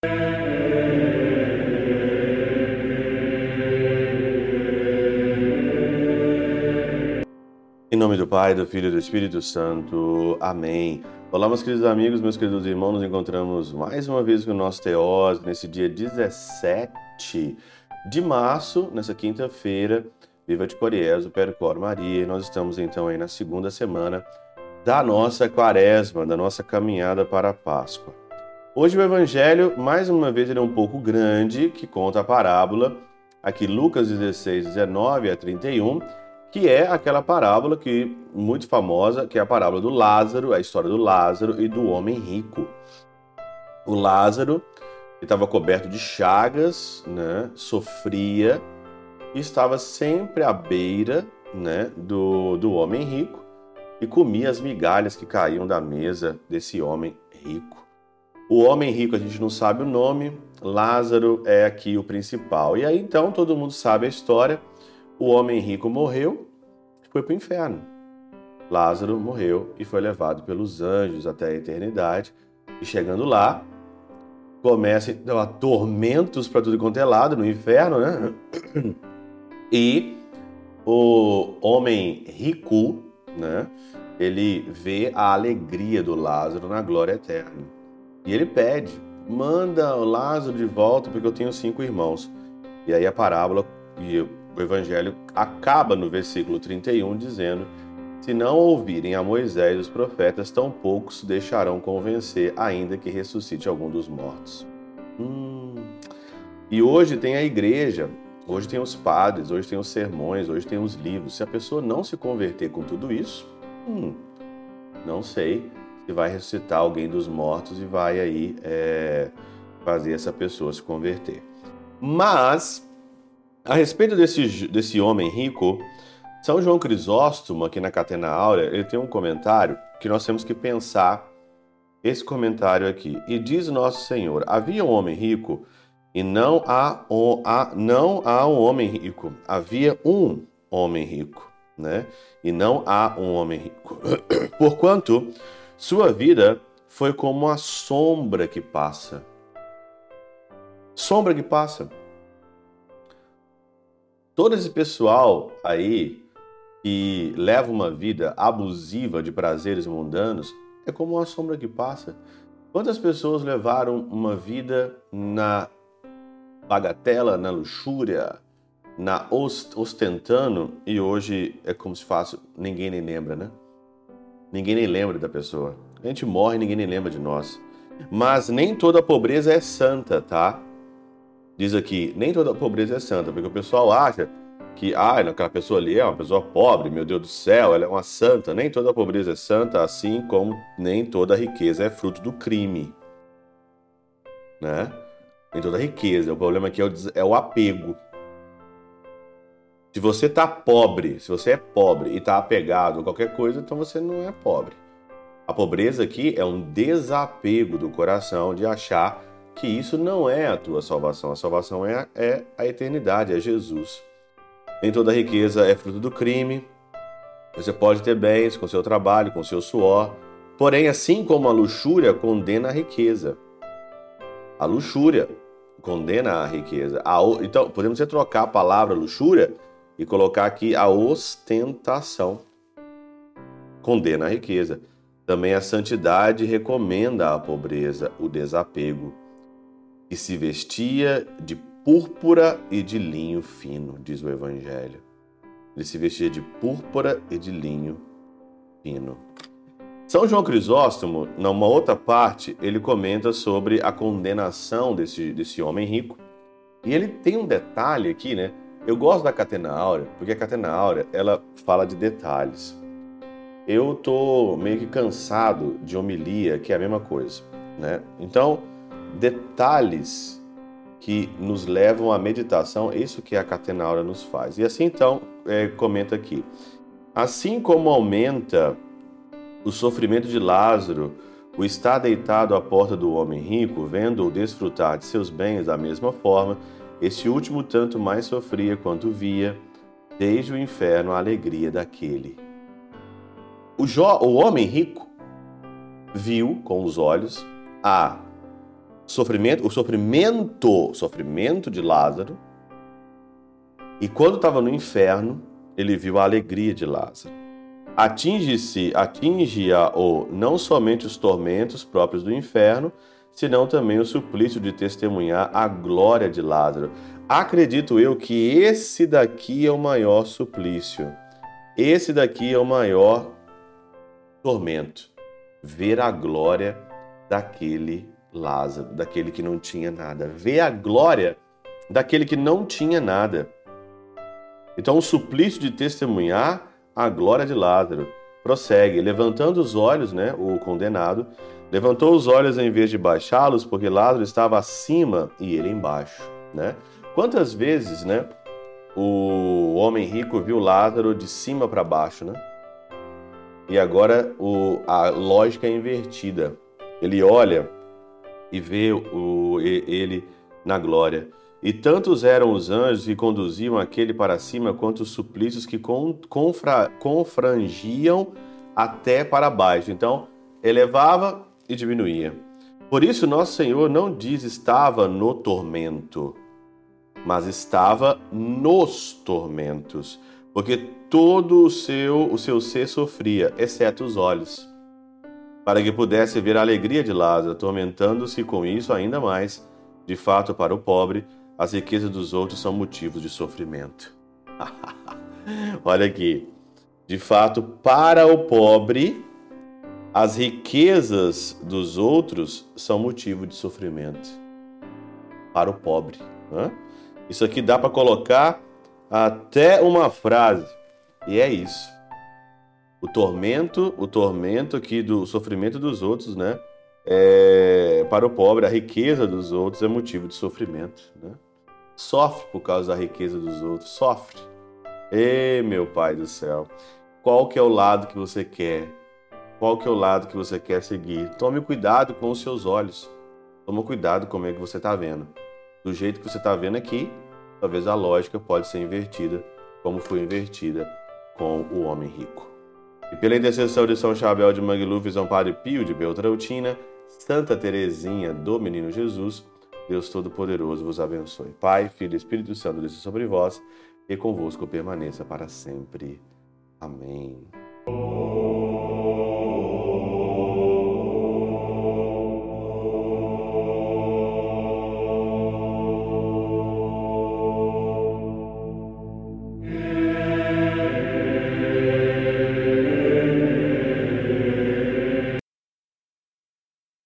Em nome do Pai, do Filho e do Espírito Santo. Amém. Olá, meus queridos amigos, meus queridos irmãos. Nos encontramos mais uma vez com o nosso Teós, nesse dia 17 de março, nessa quinta-feira. Viva de Coriés, o Percor Maria. E nós estamos então aí na segunda semana da nossa quaresma, da nossa caminhada para a Páscoa. Hoje o Evangelho, mais uma vez, ele é um pouco grande, que conta a parábola, aqui Lucas 16, 19 a 31, que é aquela parábola que muito famosa, que é a parábola do Lázaro, a história do Lázaro e do homem rico. O Lázaro estava coberto de chagas, né, sofria, e estava sempre à beira, né, do homem rico e comia as migalhas que caíam da mesa desse homem rico. O homem rico a gente não sabe o nome, Lázaro é aqui o principal. E aí então todo mundo sabe a história. O homem rico morreu e foi para o inferno. Lázaro morreu e foi levado pelos anjos até a eternidade. E chegando lá, começa então a tormentos para tudo quanto é lado no inferno, né? E o homem rico, né? Ele vê a alegria do Lázaro na glória eterna. E ele pede, manda o Lázaro de volta porque eu tenho 5 irmãos. E aí a parábola e o Evangelho acaba no versículo 31 dizendo: se não ouvirem a Moisés e os profetas, tão poucos deixarão convencer, ainda que ressuscite algum dos mortos. E hoje tem a igreja, hoje tem os padres, hoje tem os sermões, hoje tem os livros. Se a pessoa não se converter com tudo isso, não sei se vai ressuscitar alguém dos mortos e vai aí fazer essa pessoa se converter. Mas, a respeito desse homem rico, São João Crisóstomo, aqui na Catena Áurea, ele tem um comentário que nós temos que pensar esse comentário aqui. E diz Nosso Senhor, havia um homem rico e não há um homem rico. Havia um homem rico, né? E não há um homem rico. Porquanto sua vida foi como a sombra que passa. Sombra que passa. Todo esse pessoal aí que leva uma vida abusiva de prazeres mundanos é como uma sombra que passa. Quantas pessoas levaram uma vida na bagatela, na luxúria, na ostentando, e hoje é como se fosse, ninguém nem lembra, né? Ninguém nem lembra da pessoa. A gente morre e ninguém nem lembra de nós. Mas nem toda pobreza é santa, tá? Diz aqui, nem toda pobreza é santa, porque o pessoal acha que aquela pessoa ali é uma pessoa pobre, meu Deus do céu, ela é uma santa. Nem toda pobreza é santa, assim como nem toda riqueza é fruto do crime, né? Nem toda riqueza. O problema aqui é o apego. Se você tá pobre, se você é pobre e tá apegado a qualquer coisa, então você não é pobre. A pobreza aqui é um desapego do coração de achar que isso não é a tua salvação. A salvação é a eternidade, é Jesus. Nem toda riqueza é fruto do crime. Você pode ter bens com seu trabalho, com seu suor. Porém, assim como a luxúria condena a riqueza. A luxúria condena a riqueza. Então, podemos trocar a palavra luxúria e colocar aqui a ostentação. Condena a riqueza. Também a santidade recomenda a pobreza, o desapego. E se vestia de púrpura e de linho fino, diz o Evangelho. Ele se vestia de púrpura e de linho fino. São João Crisóstomo, numa outra parte, ele comenta sobre a condenação desse homem rico. E ele tem um detalhe aqui, né? Eu gosto da Catena Áurea, porque a Catena Áurea, ela fala de detalhes. Eu tô meio que cansado de homilia, que é a mesma coisa, né? Então, detalhes que nos levam à meditação, isso que a Catena Áurea nos faz. E assim, então, comenta aqui. Assim como aumenta o sofrimento de Lázaro, o estar deitado à porta do homem rico, vendo-o desfrutar de seus bens da mesma forma, este último tanto mais sofria quanto via, desde o inferno, a alegria daquele. O homem rico viu com os olhos a sofrimento de Lázaro, e quando estava no inferno, ele viu a alegria de Lázaro. Atinge-a não somente os tormentos próprios do inferno, senão também o suplício de testemunhar a glória de Lázaro. Acredito eu que esse daqui é o maior suplício. Esse daqui é o maior tormento. Ver a glória daquele Lázaro, daquele que não tinha nada. Ver a glória daquele que não tinha nada. Então, o suplício de testemunhar a glória de Lázaro prossegue, levantando os olhos, né, o condenado, levantou os olhos em vez de baixá-los, porque Lázaro estava acima e ele embaixo, né? Quantas vezes, né, o homem rico viu Lázaro de cima para baixo, né? E agora a lógica é invertida. Ele olha e vê ele na glória. E tantos eram os anjos que conduziam aquele para cima, quanto os suplícios que confrangiam até para baixo. Então, elevava e diminuía. Por isso, nosso Senhor não diz estava no tormento, mas estava nos tormentos, porque todo o seu ser sofria, exceto os olhos, para que pudesse ver a alegria de Lázaro, atormentando-se com isso ainda mais. De fato, para o pobre, as riquezas dos outros são motivos de sofrimento. Olha aqui. De fato, para o pobre, as riquezas dos outros são motivo de sofrimento. Para o pobre. Né? Isso aqui dá para colocar até uma frase. E é isso. O tormento aqui do sofrimento dos outros, né? Para o pobre, a riqueza dos outros é motivo de sofrimento, né? Sofre por causa da riqueza dos outros, sofre. Meu Pai do céu, qual que é o lado que você quer? Qual que é o lado que você quer seguir? Tome cuidado com os seus olhos. Tome cuidado com como é que você está vendo. Do jeito que você está vendo aqui, talvez a lógica pode ser invertida, como foi invertida com o homem rico. E pela intercessão de São Chabel de Mangluf e São Padre Pio de Beltrautina, Santa Teresinha do Menino Jesus, Deus Todo-Poderoso vos abençoe. Pai, Filho e Espírito Santo, desça sobre vós e convosco permaneça para sempre. Amém.